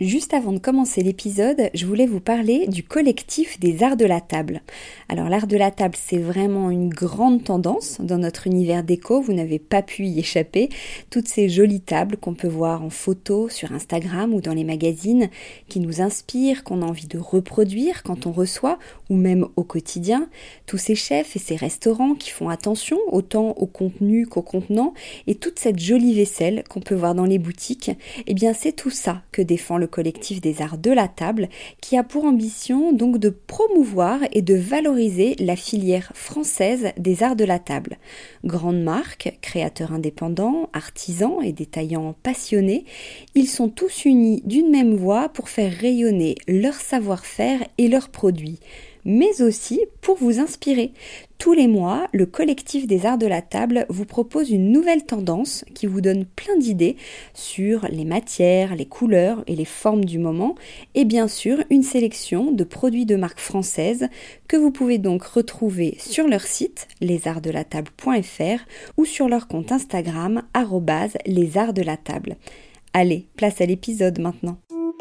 Juste avant de commencer l'épisode, je voulais vous parler du collectif des arts de la table. Alors l'art de la table, c'est vraiment une grande tendance dans notre univers déco, vous n'avez pas pu y échapper. Toutes ces jolies tables qu'on peut voir en photo sur Instagram ou dans les magazines, qui nous inspirent, qu'on a envie de reproduire quand on reçoit, ou même au quotidien. Tous ces chefs et ces restaurants qui font attention autant au contenu qu'au contenant, et toute cette jolie vaisselle qu'on peut voir dans les boutiques, eh bien c'est tout ça que défend le collectif des arts de la table, qui a pour ambition donc de promouvoir et de valoriser la filière française des arts de la table. Grandes marques, créateurs indépendants, artisans et détaillants passionnés, ils sont tous unis d'une même voix pour faire rayonner leur savoir-faire et leurs produits, mais aussi pour vous inspirer. Tous les mois, le collectif des arts de la table vous propose une nouvelle tendance qui vous donne plein d'idées sur les matières, les couleurs et les formes du moment, et bien sûr une sélection de produits de marque française que vous pouvez donc retrouver sur leur site lesartsdelatable.fr ou sur leur compte Instagram @lesartsdelatable. Allez, place à l'épisode maintenant.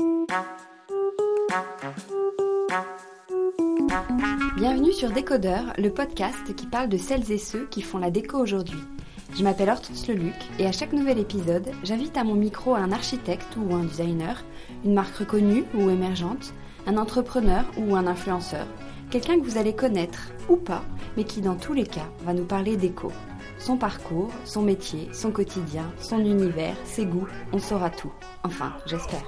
Bienvenue sur Décodeur, le podcast qui parle de celles et ceux qui font la déco aujourd'hui. Je m'appelle Hortense Leluc et à chaque nouvel épisode, j'invite à mon micro un architecte ou un designer, une marque reconnue ou émergente, un entrepreneur ou un influenceur, quelqu'un que vous allez connaître ou pas, mais qui dans tous les cas va nous parler déco. Son parcours, son métier, son quotidien, son univers, ses goûts, on saura tout. Enfin, j'espère.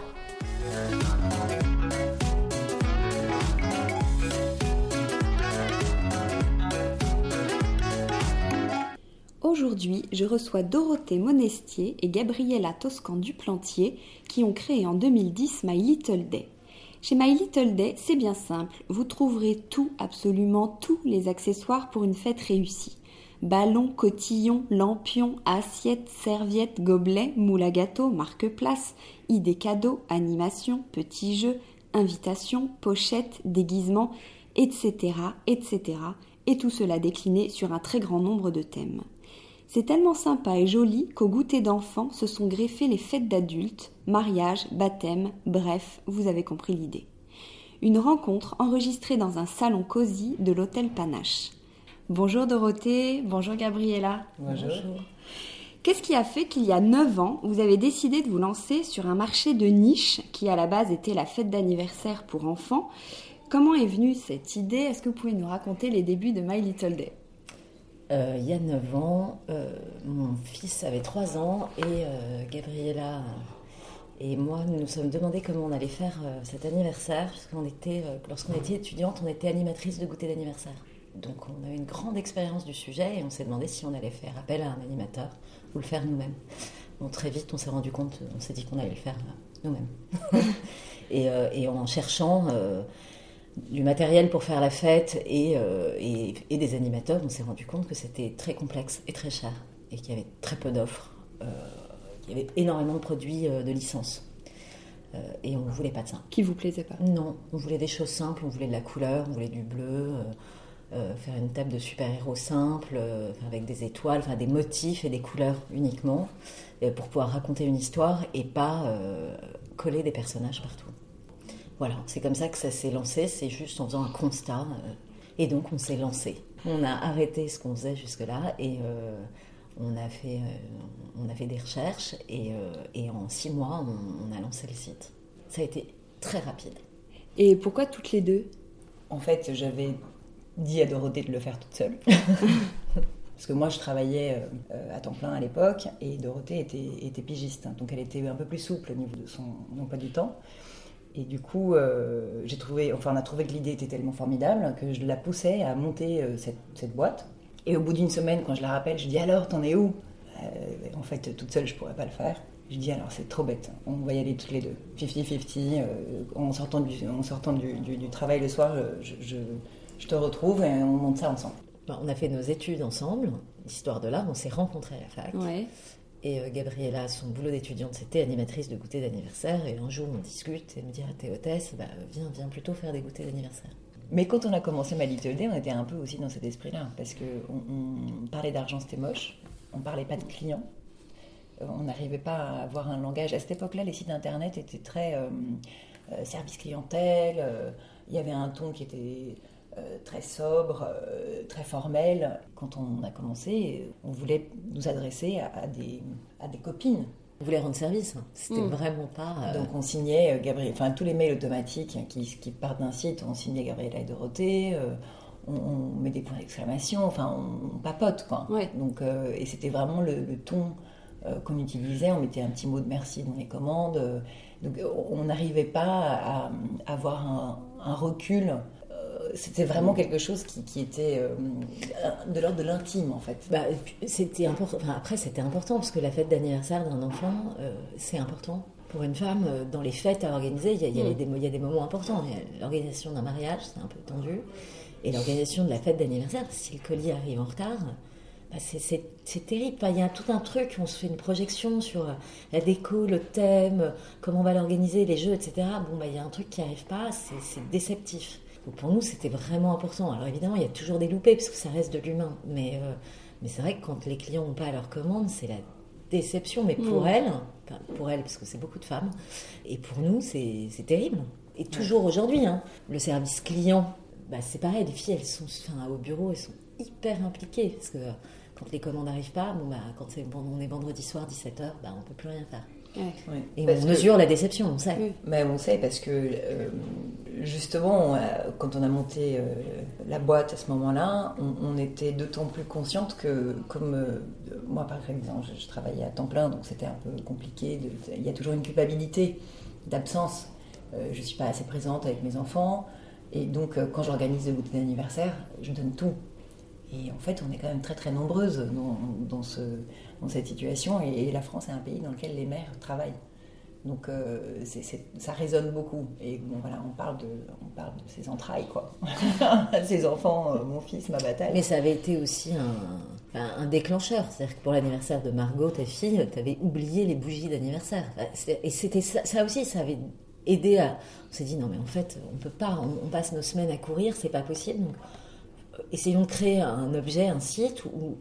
Aujourd'hui, je reçois Dorothée Monestier et Gabriella Toscan-Duplantier qui ont créé en 2010 My Little Day. Chez My Little Day, c'est bien simple, vous trouverez tout, absolument tous les accessoires pour une fête réussie. Ballons, cotillons, lampions, assiettes, serviettes, gobelets, moules à gâteau, marque-place, idées cadeaux, animations, petits jeux, invitations, pochettes, déguisements, etc., etc. Et tout cela décliné sur un très grand nombre de thèmes. C'est tellement sympa et joli qu'au goûter d'enfants se sont greffées les fêtes d'adultes, mariages, baptêmes, bref, vous avez compris l'idée. Une rencontre enregistrée dans un salon cosy de l'hôtel Panache. Bonjour Dorothée, bonjour Gabriella. Bonjour. Qu'est-ce qui a fait qu'il y a 9 ans, vous avez décidé de vous lancer sur un marché de niche qui à la base était la fête d'anniversaire pour enfants ? Comment est venue cette idée ? Est-ce que vous pouvez nous raconter les débuts de My Little Day ? Il y a 9 ans, mon fils avait 3 ans et Gabriella et moi nous sommes demandé comment on allait faire cet anniversaire, puisqu'on était, lorsqu'on était étudiante, on était animatrice de goûter d'anniversaire. Donc on a eu une grande expérience du sujet et on s'est demandé si on allait faire appel à un animateur ou le faire nous-mêmes. Bon, très vite on s'est rendu compte, on s'est dit qu'on allait le faire nous-mêmes. et en cherchant du matériel pour faire la fête et des animateurs, on s'est rendu compte que c'était très complexe et très cher et qu'il y avait très peu d'offres. Il y avait énormément de produits de licence et on ne voulait pas de ça. Qui vous plaisait pas ? Non, on voulait des choses simples, on voulait de la couleur, on voulait du bleu, faire une table de super-héros simple avec des étoiles, enfin des motifs et des couleurs uniquement pour pouvoir raconter une histoire et pas coller des personnages partout. Voilà, c'est comme ça que ça s'est lancé, c'est juste en faisant un constat. Et donc on s'est lancé. On a arrêté ce qu'on faisait jusque-là et on a fait des recherches et en 6 mois, on a lancé le site. Ça a été très rapide. Et pourquoi toutes les deux ? En fait, j'avais dit à Dorothée de le faire toute seule. Parce que moi, je travaillais à temps plein à l'époque et Dorothée était pigiste. Donc elle était un peu plus souple au niveau de son emploi du temps. Et du coup, on a trouvé que l'idée était tellement formidable que je la poussais à monter cette boîte. Et au bout d'une semaine, quand je la rappelle, je dis « Alors, t'en es où ?» En fait, toute seule, je pourrais pas le faire. Je dis « Alors, c'est trop bête, on va y aller toutes les deux. 50-50, en sortant du travail le soir, je te retrouve et on monte ça ensemble. » On a fait nos études ensemble, l'histoire de l'art, on s'est rencontrés à la fac. Ouais. Et Gabriella, son boulot d'étudiante, c'était animatrice de goûter d'anniversaire. Et un jour, on discute et elle me dit « Ah, t'es hôtesse, viens plutôt faire des goûters d'anniversaire. » Mais quand on a commencé My Little Day, on était un peu aussi dans cet esprit-là. Parce qu'on parlait d'argent, c'était moche. On ne parlait pas de clients. on n'arrivait pas à avoir un langage. À cette époque-là, les sites internet étaient très service clientèle, il y avait un ton qui était très sobre, très formel. Quand on a commencé, on voulait nous adresser à des copines. On voulait rendre service, c'était vraiment pas... Donc on signait tous les mails automatiques qui partent d'un site, on signait Gabriela et Dorothée, on met des points d'exclamation, on papote, quoi. Ouais. Donc, et c'était vraiment le ton qu'on utilisait, on mettait un petit mot de merci dans les commandes, donc on n'arrivait pas à avoir un recul. C'était vraiment quelque chose qui était de l'ordre de l'intime, en fait. C'était important. Après, c'était important parce que la fête d'anniversaire d'un enfant, c'est important. Pour une femme, dans les fêtes à organiser, il y a des moments importants. L'organisation d'un mariage, c'est un peu tendu. Et l'organisation de la fête d'anniversaire, si le colis arrive en retard, c'est terrible. Il y a tout un truc, on se fait une projection sur la déco, le thème, comment on va l'organiser, les jeux, etc. Il y a un truc qui n'arrive pas, c'est déceptif. Donc pour nous, c'était vraiment important. Alors évidemment, il y a toujours des loupés, parce que ça reste de l'humain. Mais c'est vrai que quand les clients n'ont pas leur commande, c'est la déception. Mais pour elles, parce que c'est beaucoup de femmes, et pour nous, c'est terrible. Et toujours aujourd'hui, le service client, c'est pareil, les filles, elles sont au bureau, elles sont hyper impliquées. Parce que quand les commandes n'arrivent pas, quand on est vendredi soir, 17h, on ne peut plus rien faire. Ouais. Et on mesure la déception, on sait. Oui. Mais on sait parce que justement, quand on a monté la boîte à ce moment-là, on était d'autant plus consciente que, comme moi par exemple, je travaillais à temps plein, donc c'était un peu compliqué. Il y a toujours une culpabilité d'absence. Je ne suis pas assez présente avec mes enfants. Et donc, quand j'organise le goûter d'anniversaire, je donne tout. Et en fait, on est quand même très très nombreuses dans cette situation. Et la France est un pays dans lequel les mères travaillent. Donc, ça résonne beaucoup. Et on parle de ses entrailles, quoi. Ses enfants, mon fils, ma bataille. Mais ça avait été aussi un déclencheur. C'est-à-dire que pour l'anniversaire de Margot, ta fille, tu avais oublié les bougies d'anniversaire. Et c'était ça aussi, ça avait aidé à... On s'est dit, non mais en fait, on peut pas, on passe nos semaines à courir, c'est pas possible. Donc, essayons de créer un objet, un site où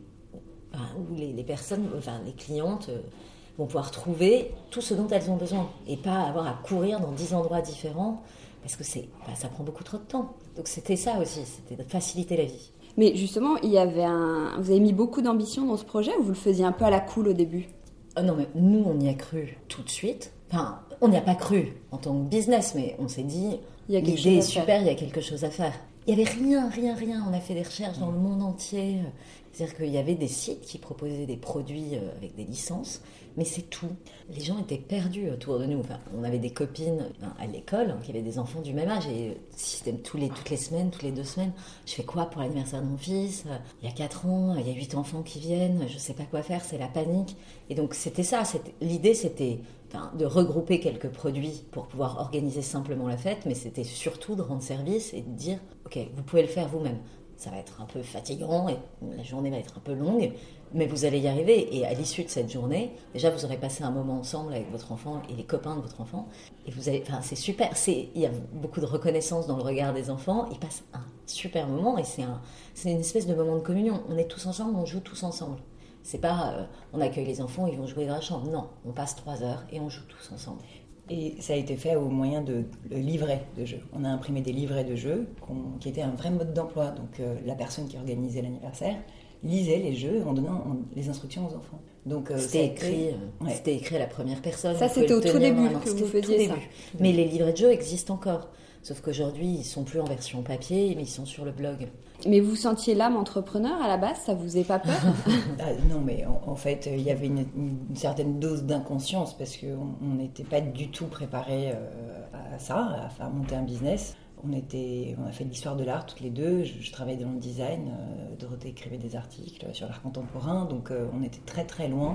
les personnes, les clientes vont pouvoir trouver tout ce dont elles ont besoin et pas avoir à courir dans 10 endroits différents parce que ça prend beaucoup trop de temps. Donc c'était ça aussi, c'était de faciliter la vie. Mais justement, vous avez mis beaucoup d'ambition dans ce projet ou vous le faisiez un peu à la cool au début ? Non, mais nous, on y a cru tout de suite. On n'y a pas cru en tant que business, mais on s'est dit, l'idée est super, il y a quelque chose à faire. Il n'y avait rien. On a fait des recherches dans le monde entier. C'est-à-dire qu'il y avait des sites qui proposaient des produits avec des licences, mais c'est tout. Les gens étaient perdus autour de nous. On avait des copines à l'école qui avaient des enfants du même âge et toutes les semaines, toutes les 2 semaines, je fais quoi pour l'anniversaire de mon fils ? Il y a 4 ans, il y a 8 enfants qui viennent, je ne sais pas quoi faire, c'est la panique. Et donc c'était ça, l'idée c'était de regrouper quelques produits pour pouvoir organiser simplement la fête, mais c'était surtout de rendre service et de dire, ok, vous pouvez le faire vous-même. Ça va être un peu fatigant et la journée va être un peu longue, mais vous allez y arriver. Et à l'issue de cette journée, déjà vous aurez passé un moment ensemble avec votre enfant et les copains de votre enfant. Et c'est super. Il y a beaucoup de reconnaissance dans le regard des enfants. Ils passent un super moment et c'est une espèce de moment de communion. On est tous ensemble, on joue tous ensemble. C'est pas on accueille les enfants, ils vont jouer dans la chambre. Non, on passe 3 heures et on joue tous ensemble. Et ça a été fait au moyen de livrets de jeux. On a imprimé des livrets de jeux qui étaient un vrai mode d'emploi. Donc la personne qui organisait l'anniversaire lisait les jeux en donnant les instructions aux enfants. Donc c'était écrit à la première personne. Ça, c'était au tout début que vous faisiez ça. Mais les livrets de jeux existent encore. Sauf qu'aujourd'hui, ils ne sont plus en version papier, mais ils sont sur le blog. Mais vous sentiez l'âme entrepreneur à la base, ça vous faisait pas peur ? Non, mais en fait, il y avait une certaine dose d'inconscience parce qu'on n'était pas du tout préparé à ça, à faire monter un business. On a fait de l'histoire de l'art toutes les deux. Je travaillais dans le design. Dorothée écrivait des articles sur l'art contemporain. Donc, on était très très loin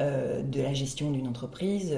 de la gestion d'une entreprise.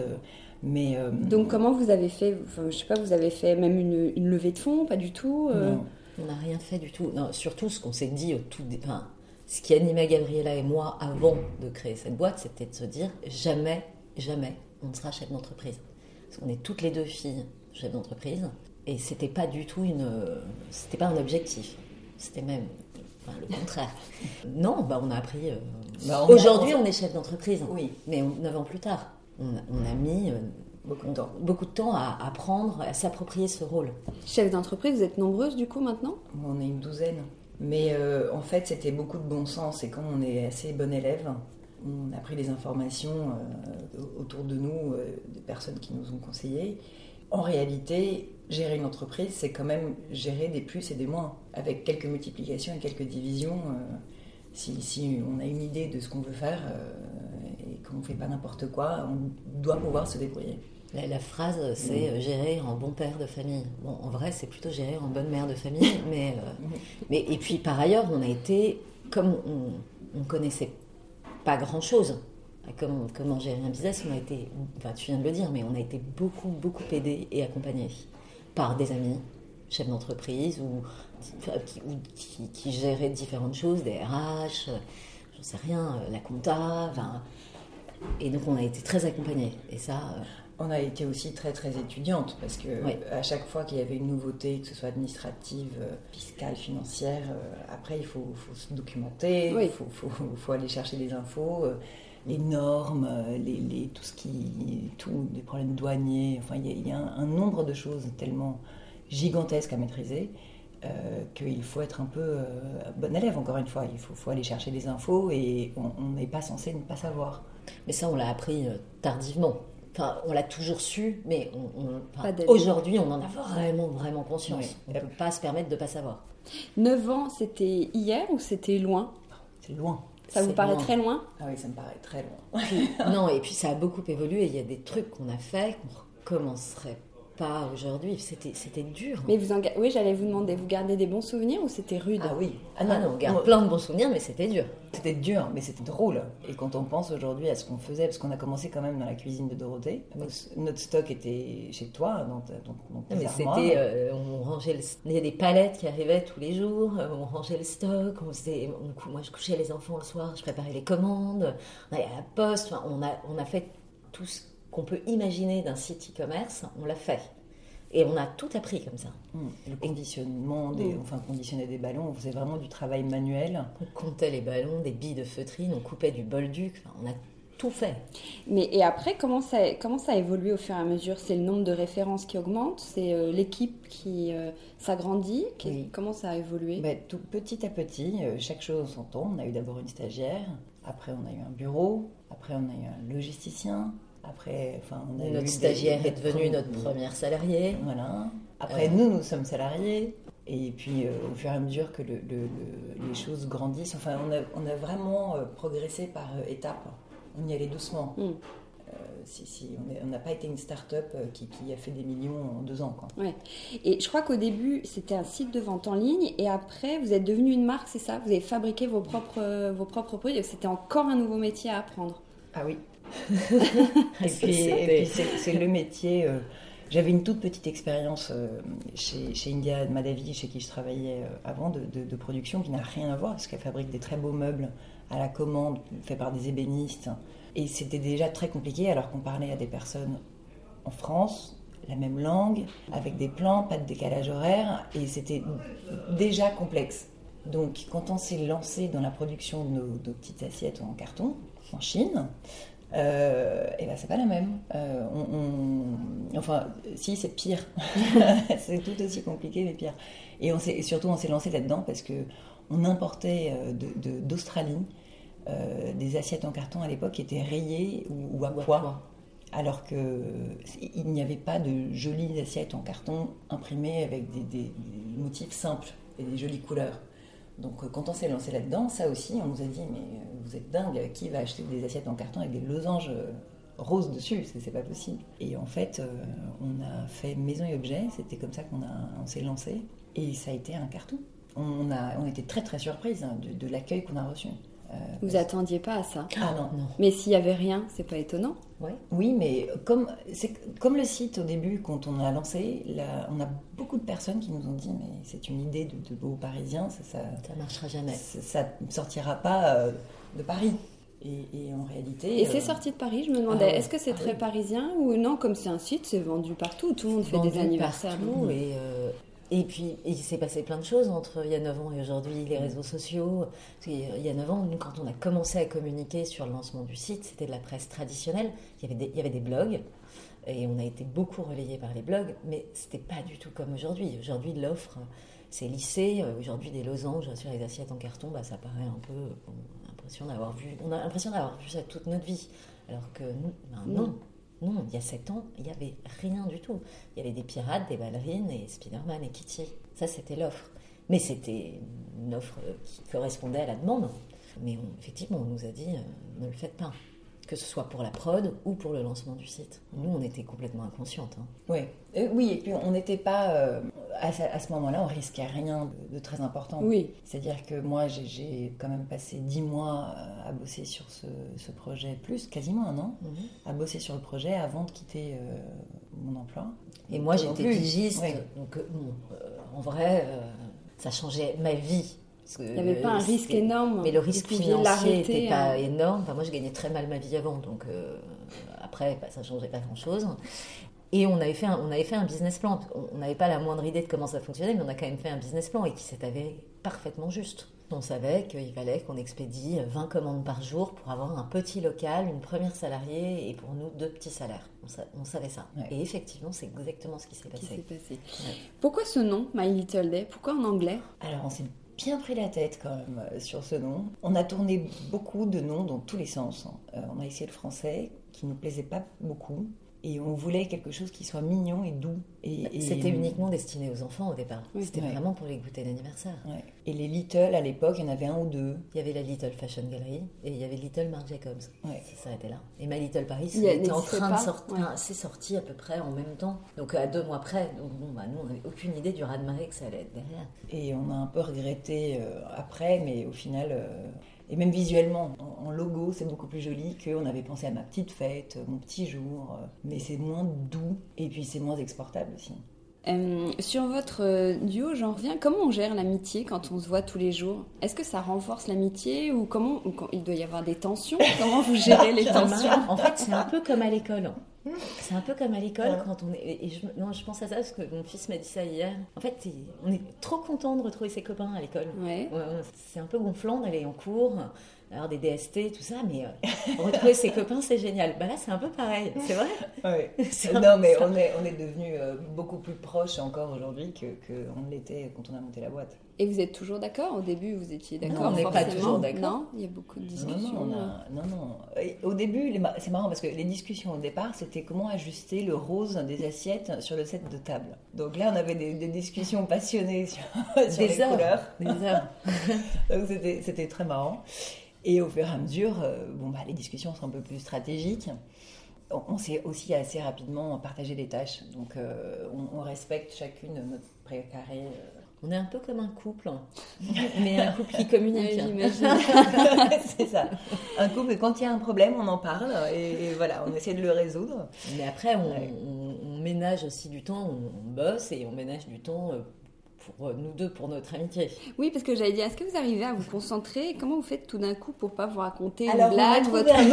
Donc comment vous avez fait ? Je sais pas, vous avez fait même une levée de fonds, pas du tout Non. On n'a rien fait du tout. Non, surtout ce qu'on s'est dit au tout début, ce qui animait Gabriela et moi avant de créer cette boîte, c'était de se dire jamais on ne sera chef d'entreprise. Parce qu'on est toutes les 2 filles chefs d'entreprise et c'était pas du tout c'était pas un objectif. C'était même Enfin, le contraire. Non, on a appris... Aujourd'hui, on est chef d'entreprise. Oui. Mais 9 ans plus tard, on a mis beaucoup de temps à apprendre, à s'approprier ce rôle. Chef d'entreprise, vous êtes nombreuses du coup maintenant ? On est une douzaine. Mais en fait, c'était beaucoup de bon sens. Et comme on est assez bon élève, on a pris les informations autour de nous, des personnes qui nous ont conseillé. En réalité, gérer une entreprise, c'est quand même gérer des plus et des moins, avec quelques multiplications et quelques divisions. Si on a une idée de ce qu'on veut faire et qu'on ne fait pas n'importe quoi, on doit pouvoir se débrouiller. La phrase, c'est gérer en bon père de famille. Bon, en vrai, c'est plutôt gérer en bonne mère de famille. mais et puis, par ailleurs, on a été, comme on connaissait pas grand-chose à comment gérer un business, on a été, enfin, tu viens de le dire, mais on a été beaucoup aidés et accompagnés par des amis, chefs d'entreprise, ou qui géraient différentes choses, des RH, j'en sais rien, la compta, enfin... Et donc, on a été très accompagnés. Et ça... On a été aussi très étudiante parce que à chaque fois qu'il y avait une nouveauté, que ce soit administrative, fiscale, financière, après il faut se documenter, il faut aller chercher des infos, les normes, tous les problèmes douaniers. Enfin, il y a un nombre de choses tellement gigantesques à maîtriser qu'il faut être un peu bon élève. Encore une fois, il faut aller chercher des infos et on n'est pas censé ne pas savoir. Mais ça, on l'a appris tardivement. Enfin, on l'a toujours su, mais aujourd'hui, on en a vraiment conscience. Oui. On ne peut pas se permettre de ne pas savoir. 9 ans, c'était hier ou c'était loin ? C'est loin. Ça vous paraît très loin ? Ah oui, ça me paraît très loin. Non, et puis ça a beaucoup évolué. Il y a des trucs qu'on a fait qu'on ne recommencerait pas aujourd'hui. C'était dur. Mais oui, j'allais vous demander, vous gardez des bons souvenirs ou c'était rude ? Ah oui. Non, on garde plein de bons souvenirs, mais c'était dur. C'était dur, mais c'était drôle. Et quand on pense aujourd'hui à ce qu'on faisait, parce qu'on a commencé quand même dans la cuisine de Dorothée, notre stock était chez toi, dans tes armoires. C'était, on rangeait il y a des palettes qui arrivaient tous les jours, on rangeait le stock, moi je couchais les enfants le soir, je préparais les commandes, on allait à la poste, enfin, on a fait tout ce qu'on peut imaginer d'un site e-commerce, on l'a fait. Et on a tout appris comme ça. Le conditionnement, on conditionnait des ballons, on faisait vraiment du travail manuel. On comptait les ballons, des billes de feutrine, on coupait du bolduc, on a tout fait. Et après, comment ça a évolué au fur et à mesure ? C'est le nombre de références qui augmente ? C'est l'équipe qui s'agrandit ? Oui. Comment ça a évolué ? Tout petit à petit, chaque chose en son temps. On a eu d'abord une stagiaire, après on a eu un bureau, après on a eu un logisticien. Après, notre stagiaire est devenue notre première salariée. Voilà. Après, nous sommes salariés. Et puis, au fur et à mesure que les choses grandissent, on a vraiment progressé par étapes. On y allait doucement. On n'a pas été une start-up qui a fait des millions en 2 ans. Quoi. Ouais. Et je crois qu'au début, c'était un site de vente en ligne. Et après, vous êtes devenu une marque, c'est ça ? Vous avez fabriqué vos propres produits. C'était encore un nouveau métier à apprendre. Ah oui. et puis c'est le métier. J'avais une toute petite expérience chez India Madhavi, chez qui je travaillais avant, de production, qui n'a rien à voir, parce qu'elle fabrique des très beaux meubles à la commande, faits par des ébénistes. Et c'était déjà très compliqué, alors qu'on parlait à des personnes en France, la même langue, avec des plans, pas de décalage horaire, et c'était déjà complexe. Donc, quand on s'est lancé dans la production de nos petites assiettes en carton, en Chine, c'est pas la même. Si, c'est pire. C'est tout aussi compliqué, mais pire. Et on s'est lancé là-dedans parce que on importait d'Australie des assiettes en carton à l'époque qui étaient rayées ou à poids, alors qu'il n'y avait pas de jolies assiettes en carton imprimées avec des motifs simples et des jolies couleurs. Donc quand on s'est lancé là-dedans, ça aussi, on nous a dit « mais vous êtes dingue, qui va acheter des assiettes en carton avec des losanges roses dessus ? C'est pas possible ». Et en fait, on a fait maison et objet, c'était comme ça qu'on s'est lancé, et ça a été un carton. On était très surprises de l'accueil qu'on a reçu. Vous attendiez pas à ça ? Ah non. Mais s'il y avait rien, c'est pas étonnant. Ouais. Oui, mais comme le site au début, quand on a lancé, on a beaucoup de personnes qui nous ont dit mais c'est une idée de beau Parisien, ça marchera jamais. Ça ne sortira pas de Paris. Et en réalité... Et c'est sorti de Paris, je me demandais, est-ce que c'est très parisien ou non, comme c'est un site, c'est vendu partout, tout le monde fait des anniversaires. Partout, et Et puis, il s'est passé plein de choses entre il y a 9 ans et aujourd'hui, les réseaux sociaux. Il y a 9 ans, nous, quand on a commencé à communiquer sur le lancement du site, c'était de la presse traditionnelle. Il y avait des blogs, et on a été beaucoup relayés par les blogs, mais c'était pas du tout comme aujourd'hui. Aujourd'hui, l'offre, c'est lissé. Aujourd'hui, des losanges sur les assiettes en carton, ça paraît un peu... on a l'impression d'avoir vu ça toute notre vie. Alors que nous, non. Non, il y a 7 ans, il n'y avait rien du tout. Il y avait des pirates, des ballerines et Spider-Man et Kitty. Ça, c'était l'offre. Mais c'était une offre qui correspondait à la demande. Mais effectivement, on nous a dit, ne le faites pas. Que ce soit pour la prod ou pour le lancement du site. Nous, on était complètement inconscientes. Oui, et puis on n'était pas... à ce moment-là, on risquait rien de très important. Oui. C'est-à-dire que moi, j'ai quand même passé 10 mois à bosser sur ce projet, quasiment un an, à bosser sur le projet avant de quitter mon emploi. Et moi, j'étais pigiste, donc en vrai, ça changeait ma vie. Il n'y avait pas un risque énorme. Mais le risque financier n'était pas énorme. Moi, je gagnais très mal ma vie avant, donc après, ça ne changeait pas grand-chose. Et on avait fait un business plan. On n'avait pas la moindre idée de comment ça fonctionnait, mais on a quand même fait un business plan et qui s'est avéré parfaitement juste. On savait qu'il fallait qu'on expédie 20 commandes par jour pour avoir un petit local, une première salariée et pour nous 2 petits salaires. On savait ça. Ouais. Et effectivement, c'est exactement ce qui s'est passé. Ouais. Pourquoi ce nom, My Little Day ? Pourquoi en anglais ? Alors, on s'est bien pris la tête quand même sur ce nom. On a tourné beaucoup de noms dans tous les sens. On a essayé le français, qui ne nous plaisait pas beaucoup. Et on voulait quelque chose qui soit mignon et doux. Et c'était uniquement destiné aux enfants au départ. Oui, c'était vraiment pour les goûters d'anniversaire. Ouais. Et les Little, à l'époque, il y en avait 1 ou 2. Il y avait la Little Fashion Gallery et il y avait Little Marc Jacobs. Ouais. Ça s'arrêtait là. Et My Little Paris, c'était en train de sortir. C'est sorti à peu près en même temps. Donc à 2 mois près. Donc nous, on n'avait aucune idée du raz-de-marée que ça allait être derrière. Et on a un peu regretté après, mais au final... Et même visuellement, en logo, c'est beaucoup plus joli qu'on avait pensé à ma petite fête, mon petit jour. Mais c'est moins doux et puis c'est moins exportable aussi. Sur votre duo, j'en reviens. Comment on gère l'amitié quand on se voit tous les jours ? Est-ce que ça renforce l'amitié ou comment il doit y avoir des tensions ? Comment vous gérez les tensions ? En fait, c'est un peu comme à l'école. C'est un peu comme à l'école quand on est... Et je pense à ça parce que mon fils m'a dit ça hier. En fait, on est trop content de retrouver ses copains à l'école. Ouais. C'est un peu gonflant d'aller en cours, d'avoir des DST, tout ça, mais retrouver ses copains, c'est génial. Là, c'est un peu pareil, c'est vrai. Non, mais on est devenus beaucoup plus proches encore aujourd'hui qu'on l'était quand on a monté la boîte. Et vous êtes toujours d'accord ? Au début, vous étiez d'accord ? Non, on n'est pas toujours d'accord. Non, il y a beaucoup de discussions. Non. Et au début, c'est marrant parce que les discussions au départ, c'était comment ajuster le rose des assiettes sur le set de table. Donc là, on avait des discussions passionnées sur les couleurs. Des heures. Donc c'était très marrant. Et au fur et à mesure, les discussions sont un peu plus stratégiques. On s'est aussi assez rapidement partagé des tâches. Donc on respecte chacune notre précaré. On est un peu comme un couple, mais un couple qui communique. J'imagine. C'est ça. Un couple, quand il y a un problème, on en parle et voilà, on essaie de le résoudre. Mais après, on ménage aussi du temps, on bosse et on ménage du temps pour nous deux, pour notre amitié. Oui, parce que j'allais dire, est-ce que vous arrivez à vous concentrer ? Comment vous faites tout d'un coup pour pas vous raconter une blague, on a trouvé un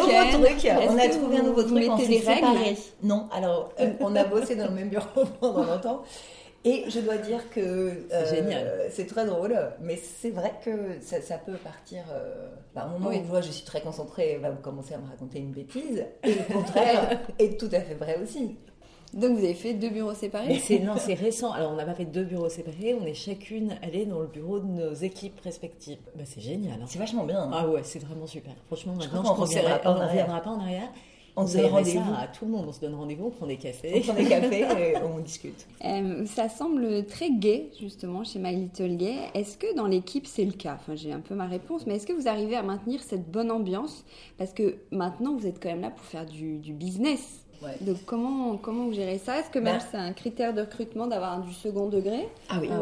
nouveau truc, on s'est séparés. Non, alors on a bossé dans le même bureau pendant longtemps. Et je dois dire que c'est génial. C'est très drôle, mais c'est vrai que ça peut partir. À un moment où je suis très concentrée, vous commencez à me raconter une bêtise, et le contraire est tout à fait vrai aussi. Donc vous avez fait 2 bureaux séparés ? Mais c'est récent. Alors on n'a pas fait 2 bureaux séparés, on est chacune allée dans le bureau de nos équipes respectives. C'est génial. Hein. C'est vachement bien. Ah ouais, c'est vraiment super. Franchement, maintenant on ne reviendra pas en arrière. On se donne rendez-vous à tout le monde, on se donne rendez-vous, on prend des cafés. Et on discute. Ça semble très gai, justement, chez My Little Gay. Est-ce que dans l'équipe, c'est le cas ? Enfin, j'ai un peu ma réponse, mais est-ce que vous arrivez à maintenir cette bonne ambiance ? Parce que maintenant, vous êtes quand même là pour faire du business. Ouais. Donc, comment vous gérez ça ? Est-ce que même c'est un critère de recrutement d'avoir du second degré ? Ah oui.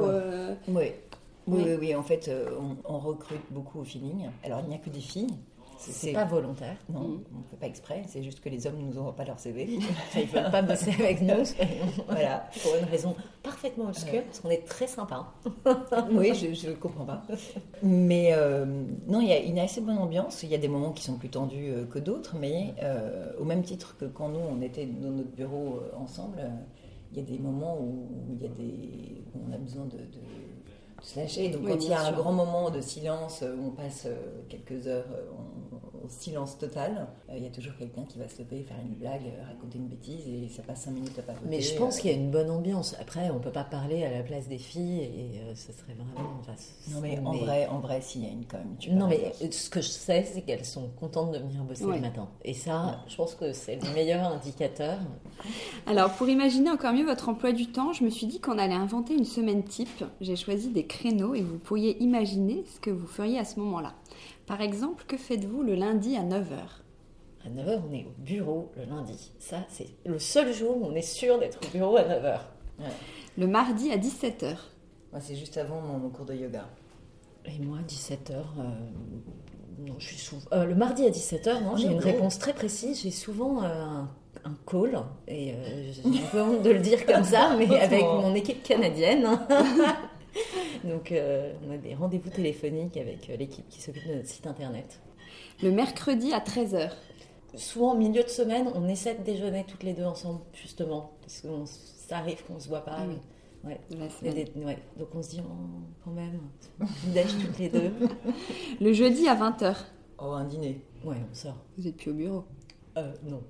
Oui, en fait, on recrute beaucoup au feeling. Alors, il n'y a que des filles. C'est pas volontaire. Non, on ne fait pas exprès. C'est juste que les hommes ne nous envoient pas leur CV. Ils ne veulent pas bosser avec nous. Voilà. Pour une raison parfaitement obscure, parce qu'on est très sympa. Oui, je ne comprends pas. Mais non, il y a assez bonne ambiance. Il y a des moments qui sont plus tendus que d'autres. Mais au même titre que quand nous, on était dans notre bureau ensemble, il y a des moments où où on a besoin de se lâcher. Donc Oui, quand il y a bien un sûr. grand moment de silence, où on passe quelques heures en silence total, il y a toujours quelqu'un qui va se lever, faire une blague, raconter une bêtise, et ça passe 5 minutes à papoter. Mais je pense qu'il y a une bonne ambiance. Après, on peut pas parler à la place des filles et ce serait vraiment... Enfin, Non mais en vrai, s'il y a quand même... Non mais ce que je sais, c'est qu'elles sont contentes de venir bosser Ouais. le matin. Et ça, je pense que c'est le meilleur indicateur. Alors, pour imaginer encore mieux votre emploi du temps, je me suis dit qu'on allait inventer une semaine type. J'ai choisi des créneaux et vous pourriez imaginer ce que vous feriez à ce moment-là. Par exemple, que faites-vous le lundi à 9h ? À 9h, on est au bureau le lundi. Ça, c'est le seul jour où on est sûr d'être au bureau à 9h. Ouais. Le mardi à 17h ? Moi, c'est juste avant mon cours de yoga. Et moi, 17h, non, je suis souvent... le mardi à 17h, non, j'ai une réponse très précise. J'ai souvent un call, et j'ai un peu honte de le dire comme ça, mais avec mon équipe canadienne. Donc, on a des rendez-vous téléphoniques avec l'équipe qui s'occupe de notre site internet. Le mercredi à 13h ? Souvent, au milieu de semaine, on essaie de déjeuner toutes les deux ensemble, justement, parce que ça arrive qu'on ne se voit pas. Oui. Ouais. La semaine. Donc on se dit, quand même, on déj toutes les deux. Le jeudi à 20h ? Oh, un dîner. Ouais, on sort. Vous n'êtes plus au bureau. Non.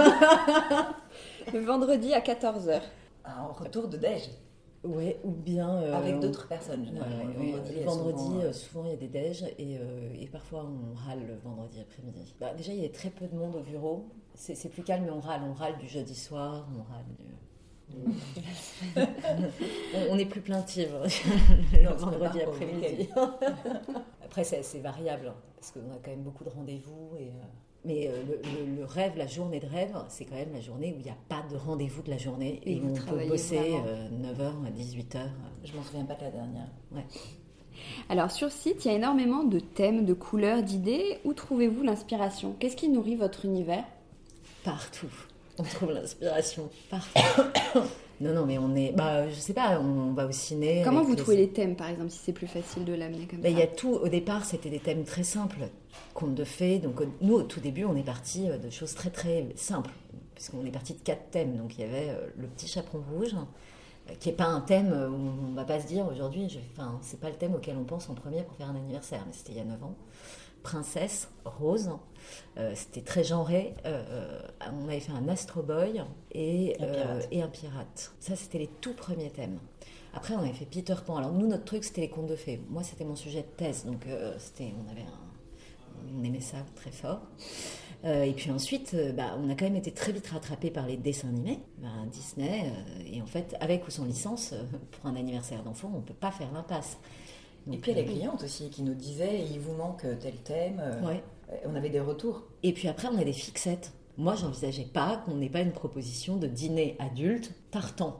Le vendredi à 14h ? Un retour de déj. Ouais, ou bien... avec d'autres personnes, généralement. Le vendredi, souvent il y a des déj et parfois on râle le vendredi après-midi. Bah, déjà, il y a très peu de monde au bureau. C'est plus calme, mais on râle. On râle du jeudi soir, on râle on est plus plaintive le vendredi après-midi. Après, c'est variable, parce qu'on a quand même beaucoup de rendez-vous. Mais le rêve, la journée de rêve, c'est quand même la journée où il n'y a pas de rendez-vous de la journée et vous où on peut travaillez bosser vraiment. 9h à 18h. Je m'en souviens pas de la dernière. Ouais. Alors sur site, il y a énormément de thèmes, de couleurs, d'idées. Où trouvez-vous l'inspiration ? Qu'est-ce qui nourrit votre univers ? Partout. On trouve l'inspiration partout. Non, mais on est... Bah, je sais pas, on va au ciné... Comment avec vous trouvez les thèmes, par exemple, si c'est plus facile de l'amener comme ça ? Il y a tout. Au départ, c'était des thèmes très simples. Contes de fées. Donc, nous, au tout début, on est parti de choses très, très simples. Puisqu'on est parti de 4 thèmes. Donc, il y avait le petit chaperon rouge, qui n'est pas un thème où on ne va pas se dire aujourd'hui... c'est pas le thème auquel on pense en premier pour faire un anniversaire. Mais c'était il y a 9 ans. Princesse, rose, c'était très genré. On avait fait un Astro Boy et un pirate. Ça, c'était les tout premiers thèmes. Après, on avait fait Peter Pan. Alors nous, notre truc, c'était les contes de fées. Moi, c'était mon sujet de thèse, donc on aimait ça très fort. Et puis ensuite, on a quand même été très vite rattrapés par les dessins animés, Disney. Et en fait, avec ou sans licence, pour un anniversaire d'enfant, on ne peut pas faire l'impasse. Donc, et puis il y a les clientes aussi qui nous disaient il vous manque tel thème. On avait des retours. Et puis après, on a des fixettes. Moi, j'envisageais pas qu'on n'ait pas une proposition de dîner adulte tartan.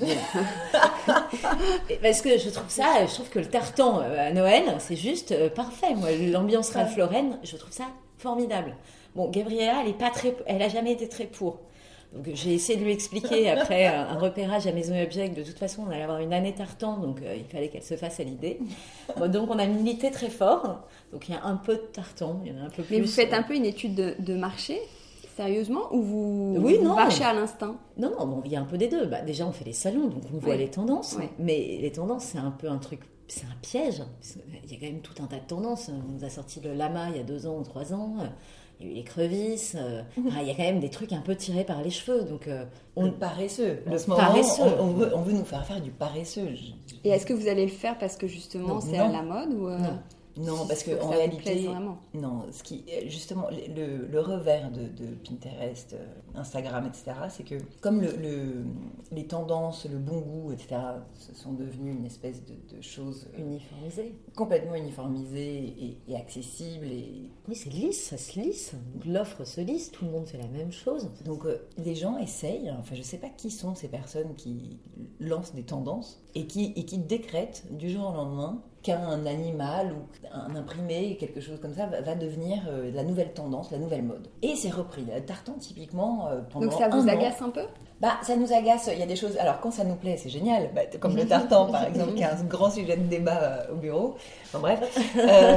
Parce que je trouve que le tartan à Noël, c'est juste parfait. Moi, l'ambiance Ralph Lauren, je trouve ça formidable. Bon, Gabriella, elle a jamais été très pour. Donc j'ai essayé de lui expliquer après un repérage à Maison et Objet que de toute façon on allait avoir une année tartan, donc il fallait qu'elle se fasse à l'idée. Bon, donc on a milité très fort, donc il y a un peu de tartan, il y en a un peu plus. Mais vous faites un peu une étude de marché, sérieusement, ou vous non, marchez à l'instinct ? Non, bon, il y a un peu des deux. Déjà on fait les salons, donc on voit les tendances, Oui. mais les tendances c'est un peu un truc, c'est un piège. Il y a quand même tout un tas de tendances. On nous a sorti le lama il y a 2 ans ou 3 ans. Il y a eu les crevisses. Il y a quand même des trucs un peu tirés par les cheveux. Donc, le paresseux. On veut nous faire du paresseux. Et est-ce que vous allez le faire parce que justement c'est à la mode ou Non, parce qu'en réalité, non. Justement, le revers de Pinterest, Instagram, etc., c'est que comme les tendances, le bon goût, etc., sont devenus une espèce de choses uniformisées, complètement uniformisées et accessibles. Oui, c'est lisse, ça se lisse. L'offre se lisse, tout le monde fait la même chose. Donc les gens essayent. Enfin, je ne sais pas qui sont ces personnes qui lancent des tendances et qui décrètent du jour au lendemain qu'un animal ou un imprimé, quelque chose comme ça, va devenir la nouvelle tendance, la nouvelle mode. Et c'est repris. Le tartan, typiquement, pendant Donc ça vous un agace an, un peu ? Ça nous agace, il y a des choses... Alors, quand ça nous plaît, c'est génial, comme le tartan, par exemple, qui est un grand sujet de débat au bureau. Enfin bref.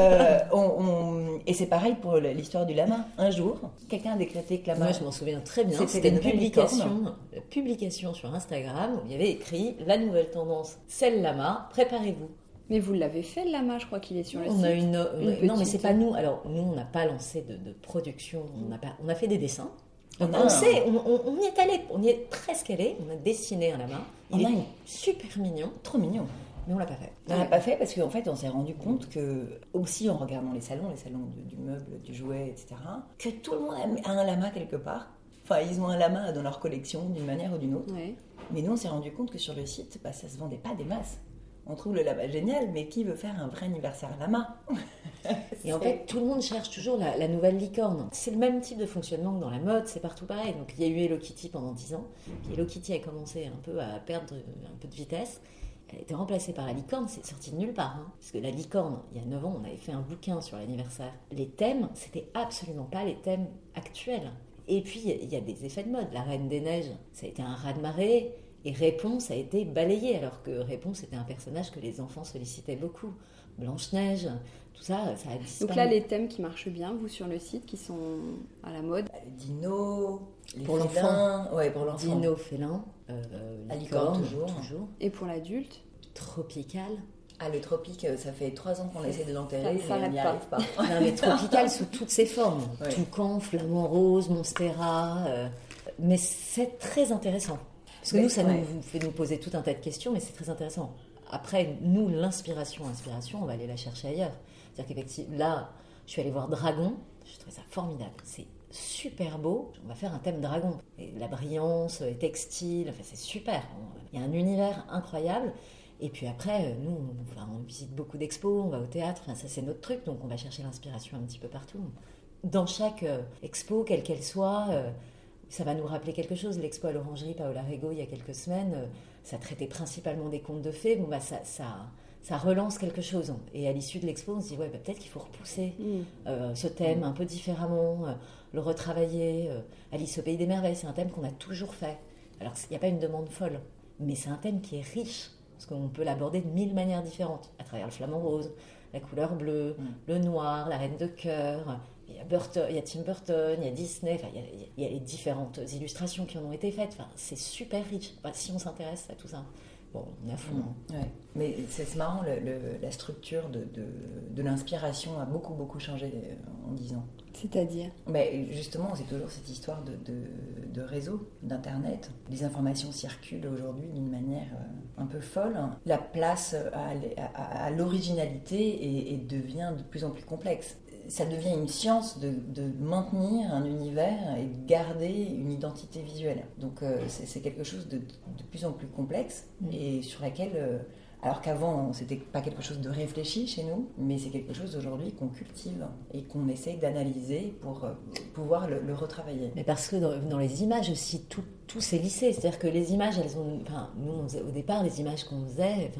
Et c'est pareil pour l'histoire du lama. Un jour, quelqu'un a décrété que lama... Moi, je m'en souviens très bien. C'était une publication sur Instagram où il y avait écrit « La nouvelle tendance, c'est le lama, préparez-vous ». Mais vous l'avez fait, le lama, je crois qu'il est sur le site. Non, mais c'est pas nous. Alors, nous, on n'a pas lancé de production. On a fait des dessins. On y est allé, on y est presque allé, on a dessiné un lama. Il est super mignon. Trop mignon. Mais on l'a pas fait. On l'a pas fait parce qu'en fait, on s'est rendu compte que, aussi en regardant les salons du meuble, du jouet, etc., que tout le monde a un lama quelque part. Enfin, ils ont un lama dans leur collection d'une manière ou d'une autre. Ouais. Mais nous, on s'est rendu compte que sur le site, ça se vendait pas des masses. On trouve le lama génial, mais qui veut faire un vrai anniversaire lama? Et en fait, tout le monde cherche toujours la nouvelle licorne. C'est le même type de fonctionnement que dans la mode, c'est partout pareil. Donc, il y a eu Hello Kitty pendant 10 ans. Puis Hello Kitty a commencé un peu à perdre un peu de vitesse. Elle a été remplacée par la licorne, c'est sorti de nulle part. Parce que la licorne, il y a 9 ans, on avait fait un bouquin sur l'anniversaire. Les thèmes, c'était absolument pas les thèmes actuels. Et puis, il y a des effets de mode. La Reine des Neiges, ça a été un raz-de-marée. Et Réponse a été balayée, alors que Réponse était un personnage que les enfants sollicitaient beaucoup. Blanche-Neige, tout ça, ça a disparu. Donc là, les thèmes qui marchent bien, vous, sur le site, qui sont à la mode? Les dinos, les pour félins. L'enfant. Ouais, pour l'enfant. Dinos, félins, licorne, toujours. Et pour l'adulte? Tropical. Ah, le tropique, ça fait 3 ans qu'on essaie de l'enterrer, ça mais on n'y arrive pas. Non, mais tropical sous toutes ses formes. Ouais. Toucan, flamant rose, monstera. Mais c'est très intéressant. Parce que nous, ça nous fait nous poser tout un tas de questions, mais c'est très intéressant. Après, nous, l'inspiration, on va aller la chercher ailleurs. C'est-à-dire qu'effectivement, là, je suis allée voir Dragon, je trouvais ça formidable. C'est super beau, on va faire un thème dragon. Et la brillance, les textiles, enfin, c'est super. Il y a un univers incroyable. Et puis après, nous, on visite beaucoup d'expos, on va au théâtre, enfin, ça c'est notre truc, donc on va chercher l'inspiration un petit peu partout. Dans chaque expo, quelle qu'elle soit... ça va nous rappeler quelque chose. L'expo à l'Orangerie, Paola Rego, il y a quelques semaines, ça traitait principalement des contes de fées. Ça relance quelque chose. Et à l'issue de l'expo, on se dit, peut-être qu'il faut repousser ce thème un peu différemment, le retravailler. Alice au Pays des Merveilles, c'est un thème qu'on a toujours fait. Alors, il n'y a pas une demande folle, mais c'est un thème qui est riche, parce qu'on peut l'aborder de 1000 manières différentes, à travers le flamant rose, la couleur bleue, le noir, la reine de cœur... Il y a Tim Burton, il y a Disney, il y a les différentes illustrations qui en ont été faites. Enfin, c'est super riche. Si on s'intéresse à tout ça, bon, on est à fond. Ouais. Mais c'est marrant, la structure de l'inspiration a beaucoup changé en 10 ans. C'est-à-dire? Mais justement, c'est toujours cette histoire de réseau, d'Internet. Les informations circulent aujourd'hui d'une manière un peu folle. La place à l'originalité et devient de plus en plus complexe. Ça devient une science de maintenir un univers et de garder une identité visuelle. Donc c'est quelque chose de plus en plus complexe et sur laquelle... alors qu'avant, c'était pas quelque chose de réfléchi chez nous, mais c'est quelque chose d'aujourd'hui qu'on cultive et qu'on essaye d'analyser pour pouvoir le retravailler. Mais parce que dans les images aussi, tout s'est lissé. C'est-à-dire que les images, elles ont... Enfin, nous, au départ, les images qu'on faisait,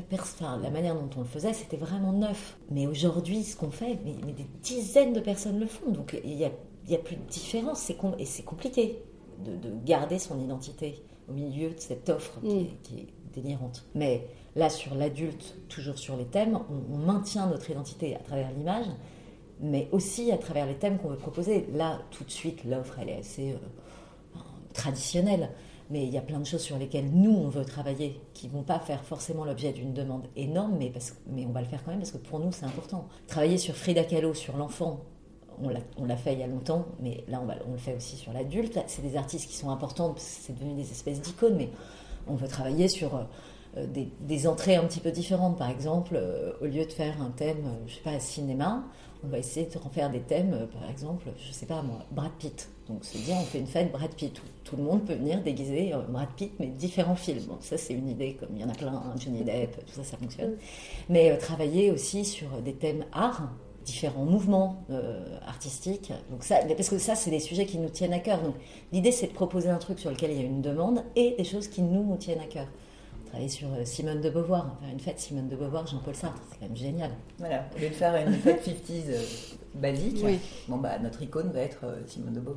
la manière dont on le faisait, c'était vraiment neuf. Mais aujourd'hui, ce qu'on fait, mais des dizaines de personnes le font. Donc, il y a plus de différence. Et c'est compliqué de garder son identité au milieu de cette offre qui est délirante. Mais là, sur l'adulte, toujours sur les thèmes, on maintient notre identité à travers l'image, mais aussi à travers les thèmes qu'on veut proposer. Là, tout de suite, l'offre, elle est assez traditionnelle, mais il y a plein de choses sur lesquelles nous, on veut travailler, qui ne vont pas faire forcément l'objet d'une demande énorme, mais on va le faire quand même, parce que pour nous, c'est important. Travailler sur Frida Kahlo, sur l'enfant, on l'a fait il y a longtemps, mais là, on le fait aussi sur l'adulte. C'est des artistes qui sont importants, c'est devenu des espèces d'icônes, mais on veut travailler sur des entrées un petit peu différentes. Par exemple, au lieu de faire un thème, cinéma, on va essayer de refaire des thèmes, par exemple, Brad Pitt. Donc, se dire, on fait une fête Brad Pitt, où tout le monde peut venir déguiser Brad Pitt, mais différents films. Bon, ça, c'est une idée, comme il y en a plein, Johnny Depp, tout ça, ça fonctionne. Mais travailler aussi sur des thèmes art, différents mouvements artistiques. Donc parce que ça, c'est des sujets qui nous tiennent à cœur. Donc, l'idée, c'est de proposer un truc sur lequel il y a une demande et des choses qui nous tiennent à cœur. Travailler sur Simone de Beauvoir, faire une fête Simone de Beauvoir, Jean-Paul Sartre, c'est quand même génial. Voilà, au lieu de faire une fête 50s basique, notre icône va être Simone de Beauvoir.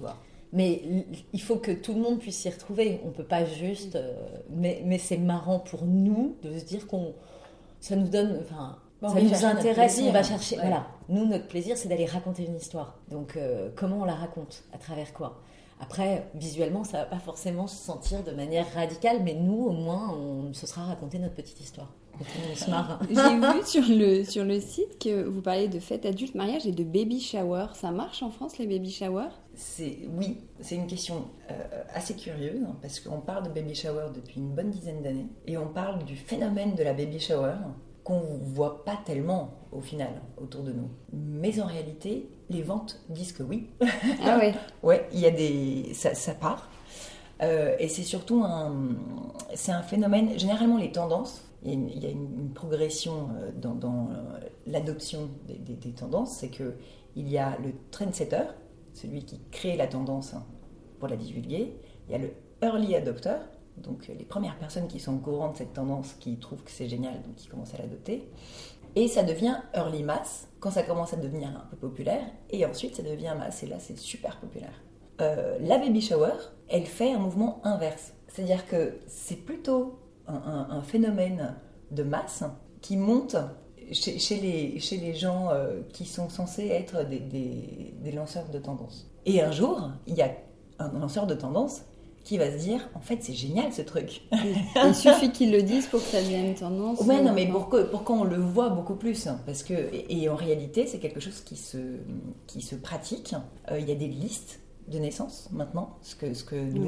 Mais il faut que tout le monde puisse s'y retrouver. On ne peut pas juste... mais c'est marrant pour nous de se dire ça nous donne... Enfin, ça nous intéresse, on va chercher... Ouais. Voilà. Nous, notre plaisir, c'est d'aller raconter une histoire. Donc, comment on la raconte ? À travers quoi ? Après, visuellement, ça ne va pas forcément se sentir de manière radicale, mais nous, au moins, ce sera raconter notre petite histoire. On se marre. J'ai vu sur le site que vous parliez de fête adulte, mariage et de baby shower. Ça marche en France, les baby showers ? Oui, c'est une question assez curieuse, parce qu'on parle de baby shower depuis une bonne dizaine d'années, et on parle du phénomène de la baby shower qu'on ne voit pas tellement, au final, autour de nous. Mais en réalité, les ventes disent que oui. Ah oui. Ouais, il y a ça part. Et c'est surtout c'est un phénomène, généralement les tendances, il y a une progression dans l'adoption des tendances, c'est qu'il y a le trendsetter, celui qui crée la tendance pour la divulguer, il y a le early adopter, donc les premières personnes qui sont au courant de cette tendance, qui trouvent que c'est génial, donc qui commencent à l'adopter, et ça devient early mass, quand ça commence à devenir un peu populaire, et ensuite ça devient mass, et là c'est super populaire. La baby shower, elle fait un mouvement inverse, c'est-à-dire que c'est plutôt un phénomène de masse qui monte chez les gens qui sont censés être des lanceurs de tendance. Et un jour, il y a un lanceur de tendance qui va se dire, en fait, c'est génial ce truc. Il suffit qu'ils le disent pour que ça devienne tendance. Ouais, non, mais pour qu'on le voit beaucoup plus. Parce que, et en réalité, c'est quelque chose qui se pratique. Il y a des listes de naissance maintenant, ce que nous,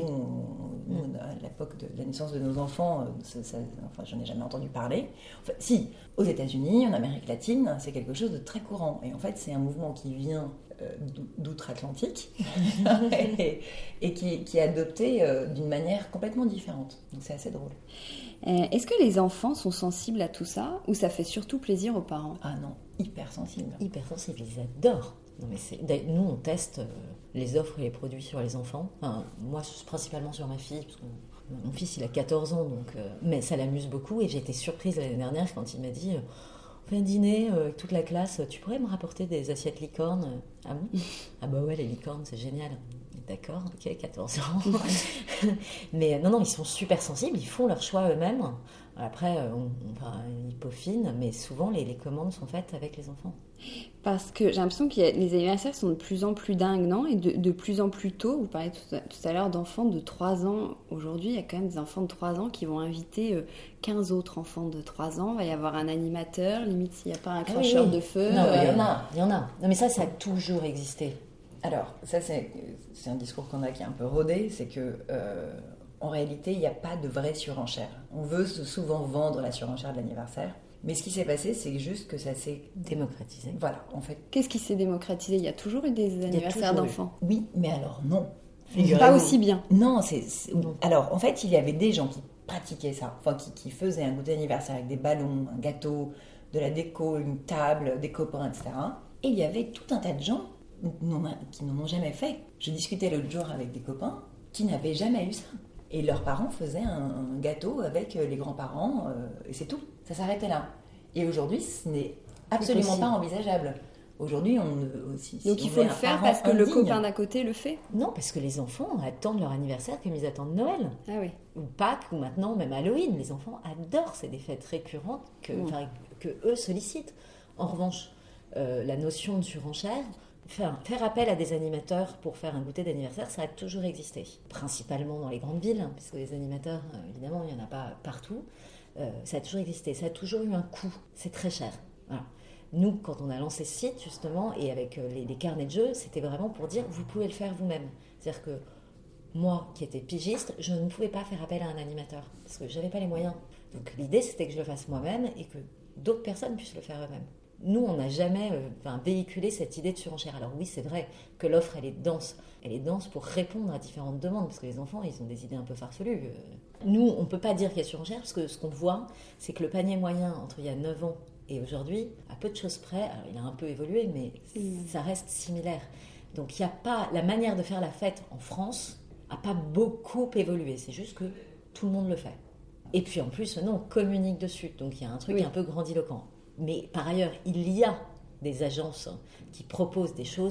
à l'époque de la naissance de nos enfants, j'en ai jamais entendu parler. Enfin, si, aux États-Unis, en Amérique latine, c'est quelque chose de très courant. Et en fait, c'est un mouvement qui vient d'outre-Atlantique et qui est adopté d'une manière complètement différente. Donc c'est assez drôle. Est-ce que les enfants sont sensibles à tout ça ou ça fait surtout plaisir aux parents ? Ah non, hyper sensibles. Hyper sensibles, ils adorent. Non, mais nous, on teste les offres et les produits sur les enfants. Enfin, moi, principalement sur ma fille, parce que mon fils, il a 14 ans, donc, mais ça l'amuse beaucoup. Et j'ai été surprise l'année dernière quand il m'a dit on fait un dîner avec toute la classe, tu pourrais me rapporter des assiettes licornes ? Ah bon ? Ah bah ouais, les licornes, c'est génial. D'accord, ok, 14 ans. Mais non, ils sont super sensibles, ils font leur choix eux-mêmes. Après, ils peaufinent, mais souvent les commandes sont faites avec les enfants. Parce que j'ai l'impression que les anniversaires sont de plus en plus dingues, non ? Et de plus en plus tôt. Vous parliez tout à l'heure d'enfants de 3 ans. Aujourd'hui, il y a quand même des enfants de 3 ans qui vont inviter 15 autres enfants de 3 ans. Il va y avoir un animateur, limite s'il n'y a pas un cracheur de feu. Non, il y en a. Non, mais ça a toujours existé. Alors, ça, c'est un discours qu'on a qui est un peu rodé, c'est que en réalité, il n'y a pas de vraie surenchère. On veut souvent vendre la surenchère de l'anniversaire, mais ce qui s'est passé, c'est juste que ça s'est démocratisé. Voilà, en fait. Qu'est-ce qui s'est démocratisé ? Il y a toujours eu des anniversaires d'enfants. Oui, mais alors non. Pas aussi bien. Non, alors en fait, il y avait des gens qui pratiquaient ça, enfin qui faisaient un goûter d'anniversaire avec des ballons, un gâteau, de la déco, une table, des copains, etc. Et il y avait tout un tas de gens qui n'en ont jamais fait. Je discutais l'autre jour avec des copains qui n'avaient jamais eu ça. Et leurs parents faisaient un gâteau avec les grands-parents, et c'est tout. Ça s'arrêtait là. Et aujourd'hui, ce n'est absolument pas envisageable. Aujourd'hui, donc il faut le faire parce que le copain d'à côté le fait ? Non, parce que les enfants attendent leur anniversaire comme ils attendent Noël. Ah oui. Ou Pâques, ou maintenant même Halloween. Les enfants adorent, c'est des fêtes récurrentes que eux sollicitent. En revanche, la notion de surenchère, faire appel à des animateurs pour faire un goûter d'anniversaire, ça a toujours existé. Principalement dans les grandes villes, parce que les animateurs, évidemment, il n'y en a pas partout. Ça a toujours existé, ça a toujours eu un coût. C'est très cher. Voilà. Nous, quand on a lancé ce site, justement, et avec les carnets de jeux, c'était vraiment pour dire, vous pouvez le faire vous-même. C'est-à-dire que moi, qui étais pigiste, je ne pouvais pas faire appel à un animateur, parce que je n'avais pas les moyens. Donc l'idée, c'était que je le fasse moi-même et que d'autres personnes puissent le faire eux-mêmes. Nous, on n'a jamais véhiculé cette idée de surenchère. Alors oui, c'est vrai que l'offre, elle est dense. Elle est dense pour répondre à différentes demandes, parce que les enfants, ils ont des idées un peu farfelues. Nous, on ne peut pas dire qu'il y a surenchère, parce que ce qu'on voit, c'est que le panier moyen, entre il y a 9 ans et aujourd'hui, à peu de choses près, alors il a un peu évolué, mais ça reste similaire. Donc il n'y a pas... La manière de faire la fête en France n'a pas beaucoup évolué. C'est juste que tout le monde le fait. Et puis en plus, maintenant, on communique dessus. Donc il y a un truc un peu grandiloquent. Mais par ailleurs, il y a des agences qui proposent des choses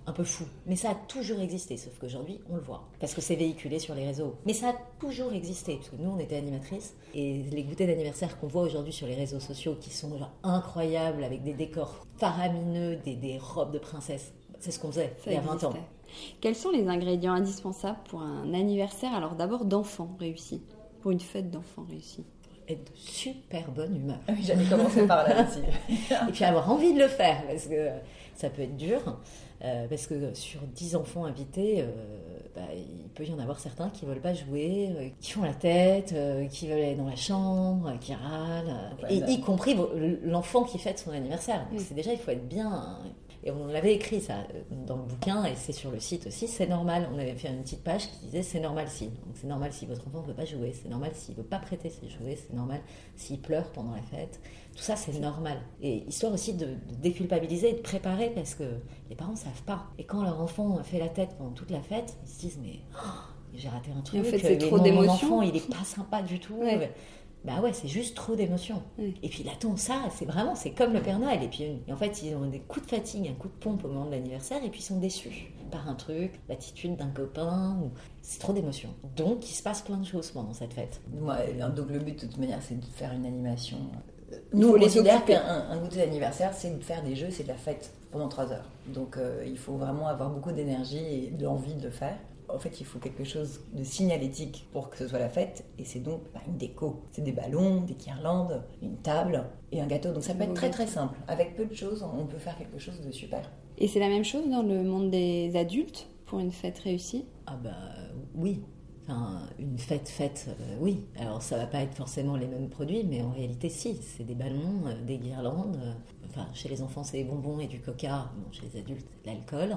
un peu fou. Mais ça a toujours existé, sauf qu'aujourd'hui, on le voit. Parce que c'est véhiculé sur les réseaux. Mais ça a toujours existé, parce que nous, on était animatrices. Et les goûters d'anniversaire qu'on voit aujourd'hui sur les réseaux sociaux, qui sont genre incroyables, avec des décors faramineux, des robes de princesse, c'est ce qu'on faisait il y a 20 ans. Quels sont les ingrédients indispensables pour un anniversaire, alors d'abord d'enfants réussis, pour une fête d'enfants réussie? Être de super bonne humeur. Oui, j'allais commencer par là aussi. Et puis avoir envie de le faire, parce que ça peut être dur. Parce que sur 10 enfants invités, il peut y en avoir certains qui ne veulent pas jouer, qui font la tête, qui veulent aller dans la chambre, qui râlent. Et y compris l'enfant qui fête son anniversaire. Donc c'est déjà, il faut être bien... Et on l'avait écrit ça dans le bouquin, et c'est sur le site aussi, c'est normal. On avait fait une petite page qui disait c'est normal si. Donc c'est normal si votre enfant ne veut pas jouer, c'est normal s'il ne veut pas prêter ses jouets, c'est normal s'il pleure pendant la fête. Tout ça c'est normal. Et histoire aussi de déculpabiliser et de préparer, parce que les parents ne savent pas. Et quand leur enfant fait la tête pendant toute la fête, ils se disent mais j'ai raté un truc, en fait, c'est trop d'émotions. Mon enfant il n'est pas sympa du tout. Ouais. Bah ouais, c'est juste trop d'émotions. Oui. Et puis il attend ça, c'est comme le Père Noël. Et puis en fait, ils ont des coups de fatigue, un coup de pompe au moment de l'anniversaire, et puis ils sont déçus par un truc, l'attitude d'un copain. C'est trop d'émotions. Donc il se passe plein de choses pendant cette fête. Ouais, donc le but de toute manière, c'est de faire une animation. Nous, on considère qu'un goûter d'anniversaire, c'est de faire des jeux, c'est de la fête pendant 3 heures. Donc il faut vraiment avoir beaucoup d'énergie et d'envie de le faire. En fait, il faut quelque chose de signalétique pour que ce soit la fête, et c'est donc une déco. C'est des ballons, des guirlandes, une table et un gâteau. Donc ça peut être très très simple. Avec peu de choses, on peut faire quelque chose de super. Et c'est la même chose dans le monde des adultes pour une fête réussie? Ah oui. Enfin, une fête, oui. Alors ça va pas être forcément les mêmes produits, mais en réalité si. C'est des ballons, des guirlandes. Enfin, chez les enfants, c'est des bonbons et du coca. Bon, chez les adultes, c'est de l'alcool.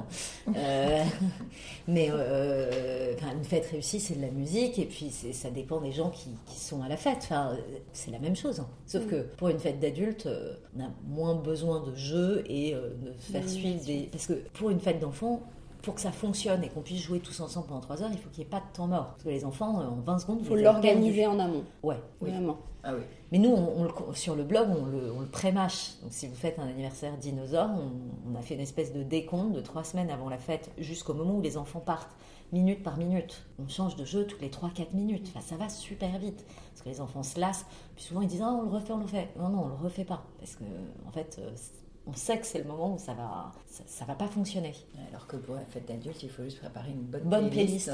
Mais une fête réussie, c'est de la musique. Et puis, ça dépend des gens qui sont à la fête. Enfin, c'est la même chose. Sauf que pour une fête d'adulte, on a moins besoin de jeux et de faire suivre des... Parce que pour une fête d'enfants, pour que ça fonctionne et qu'on puisse jouer tous ensemble pendant 3 heures, il faut qu'il n'y ait pas de temps mort. Parce que les enfants, en 20 secondes... Il faut l'organiser en amont. Ouais. Vraiment. Ah oui. Mais nous, sur le blog, on le pré-mâche. Donc si vous faites un anniversaire dinosaure, on a fait une espèce de décompte de 3 semaines avant la fête, jusqu'au moment où les enfants partent, minute par minute. On change de jeu toutes les 3-4 minutes. Enfin, ça va super vite. Parce que les enfants se lassent. Puis souvent, ils disent « Ah, on le refait. » Non, on le refait pas. Parce que, en fait... on sait que c'est le moment où ça va pas fonctionner. Alors que pour la fête d'adulte, il faut juste préparer une bonne playlist.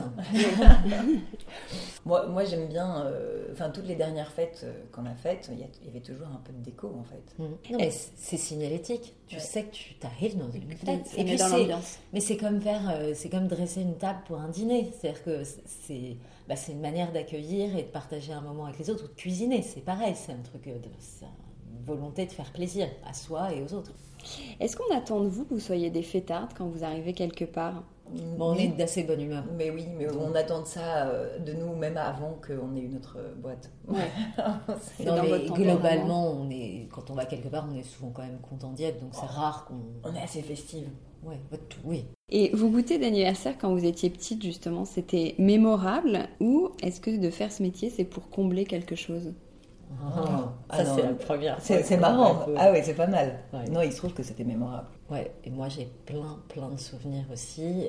moi, j'aime bien... toutes les dernières fêtes qu'on a faites, il y avait toujours un peu de déco, en fait. Non, mais c'est signalétique. Tu sais que tu t'arrives dans une fête. Et puis dans l'ambiance. Mais c'est comme dresser une table pour un dîner. C'est-à-dire que c'est une manière d'accueillir et de partager un moment avec les autres, ou de cuisiner. C'est pareil, c'est un truc volonté de faire plaisir à soi et aux autres. Est-ce qu'on attend de vous que vous soyez des fêtardes quand vous arrivez quelque part? On est d'assez bonne humeur. Mais oui, mais on attend de ça de nous, même avant qu'on ait une autre boîte. Ouais. Globalement, quand on va quelque part, on est souvent quand même content d'y être, donc c'est rare qu'on... On est assez festive. Ouais, oui. Et vos goûters d'anniversaire quand vous étiez petite, justement, c'était mémorable, ou est-ce que de faire ce métier, c'est pour combler quelque chose? C'est la première. C'est marrant. Ah oui, c'est pas mal. Ouais. Non, il se trouve que c'était mémorable. Ouais, et moi j'ai plein de souvenirs aussi.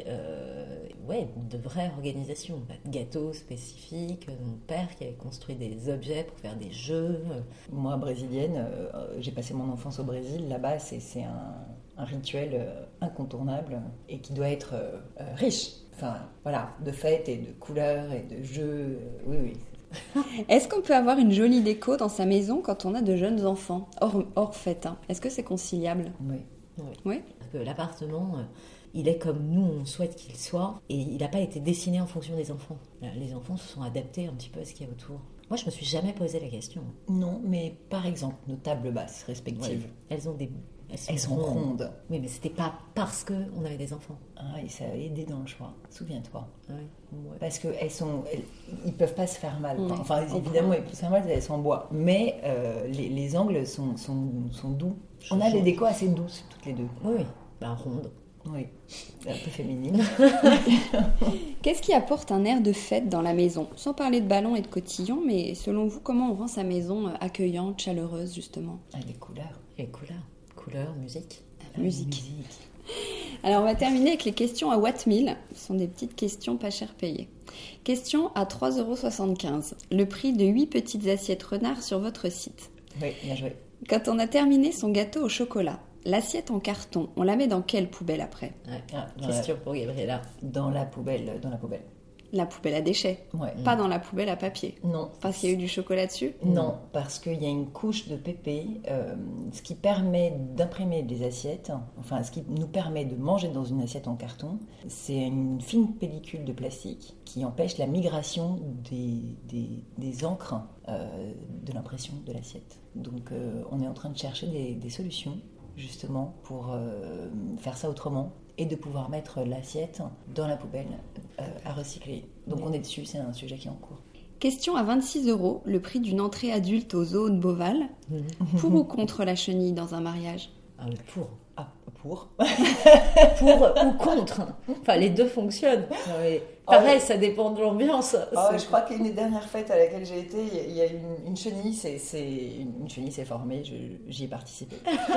De vraies organisations, de gâteaux spécifiques. Mon père qui avait construit des objets pour faire des jeux. Moi, brésilienne, j'ai passé mon enfance au Brésil. Là-bas, c'est un rituel incontournable et qui doit être riche. Enfin, voilà, de fêtes et de couleurs et de jeux. Oui. Est-ce qu'on peut avoir une jolie déco dans sa maison quand on a de jeunes enfants, hors fête? Est-ce que c'est conciliable? Oui. Parce que l'appartement, il est comme nous on souhaite qu'il soit, et il n'a pas été dessiné en fonction des enfants. Les enfants se sont adaptés un petit peu à ce qu'il y a autour. Moi, je me suis jamais posé la question. Non, mais par exemple, nos tables basses respectives. Ouais. Elles sont rondes. Oui, mais c'était pas parce qu'on avait des enfants. Ah, et ça a aidé dans le choix, souviens-toi. Ouais. Parce ils peuvent pas se faire mal. Enfin, évidemment, ils peuvent se faire mal, elles sont en bois. Mais les angles sont doux. On a des décos assez douces, toutes les deux. Oui, rondes. Oui, un peu féminine. Qu'est-ce qui apporte un air de fête dans la maison? Sans parler de ballons et de cotillons, mais selon vous, comment on rend sa maison accueillante, chaleureuse, justement? Les couleurs. Couleurs, musique. Musique. Alors on va terminer avec les questions à Watt 1000. Ce sont des petites questions pas cher payées. Question à 3,75 €. Le prix de 8 petites assiettes renard sur votre site. Oui, bien joué. Quand on a terminé son gâteau au chocolat, l'assiette en carton, on la met dans quelle poubelle après ? Question pour Gabriella. Dans la poubelle. La poubelle à déchets, Ouais. pas dans la poubelle à papier. Non. Parce qu'il y a eu du chocolat dessus ? Non, parce qu'il y a une couche de PP, ce qui permet d'imprimer des assiettes, enfin ce qui nous permet de manger dans une assiette en carton, c'est une fine pellicule de plastique qui empêche la migration des encres de l'impression de l'assiette. Donc on est en train de chercher des solutions justement pour faire ça autrement et de pouvoir mettre l'assiette dans la poubelle à recycler. Donc on est dessus, c'est un sujet qui est en cours. Question à 26 €, le prix d'une entrée adulte au zoo de Beauval. Pour ou contre la chenille dans un mariage ? Pour. Ah, pour Pour ou contre. Enfin, les deux fonctionnent. Mais pareil, ça dépend de l'ambiance. Je crois qu'une des dernières fêtes à laquelle j'ai été, il y a une chenille, une chenille s'est formée, j'y ai participé.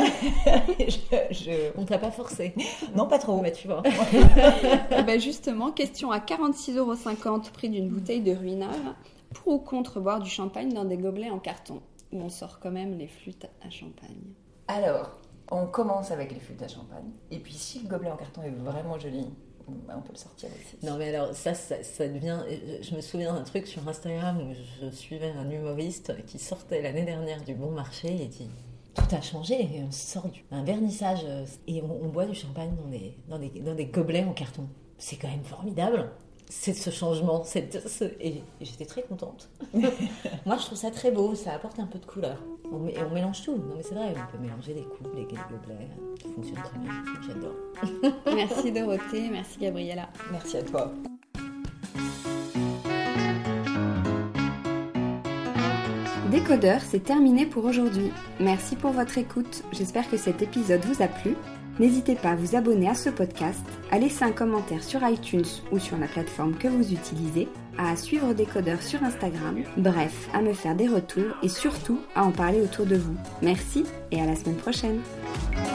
On t'a pas forcé. Non, pas trop. Mais tu vois. Justement, question à 46,50 €, prix d'une bouteille de Ruinart. Pour ou contre boire du champagne dans des gobelets en carton, où on sort quand même les flûtes à champagne ? Alors, on commence avec les flûtes à champagne, et puis si le gobelet en carton est vraiment joli, on peut le sortir aussi. Non mais alors ça devient... Je me souviens d'un truc sur Instagram où je suivais un humoriste qui sortait l'année dernière du Bon Marché et dit tout a changé, et on sort d'un vernissage et on boit du champagne dans des gobelets en carton. C'est quand même formidable. C'est ce changement, et j'étais très contente. Moi je trouve ça très beau, ça apporte un peu de couleur. On mélange tout, non mais c'est vrai, on peut mélanger les coupes, les gobelets, ça fonctionne très bien, j'adore. Merci Dorothée, merci Gabriella. Merci à toi. Décodeur, c'est terminé pour aujourd'hui. Merci pour votre écoute, j'espère que cet épisode vous a plu. N'hésitez pas à vous abonner à ce podcast, à laisser un commentaire sur iTunes ou sur la plateforme que vous utilisez, à suivre Décodeur sur Instagram, bref, à me faire des retours et surtout à en parler autour de vous. Merci et à la semaine prochaine.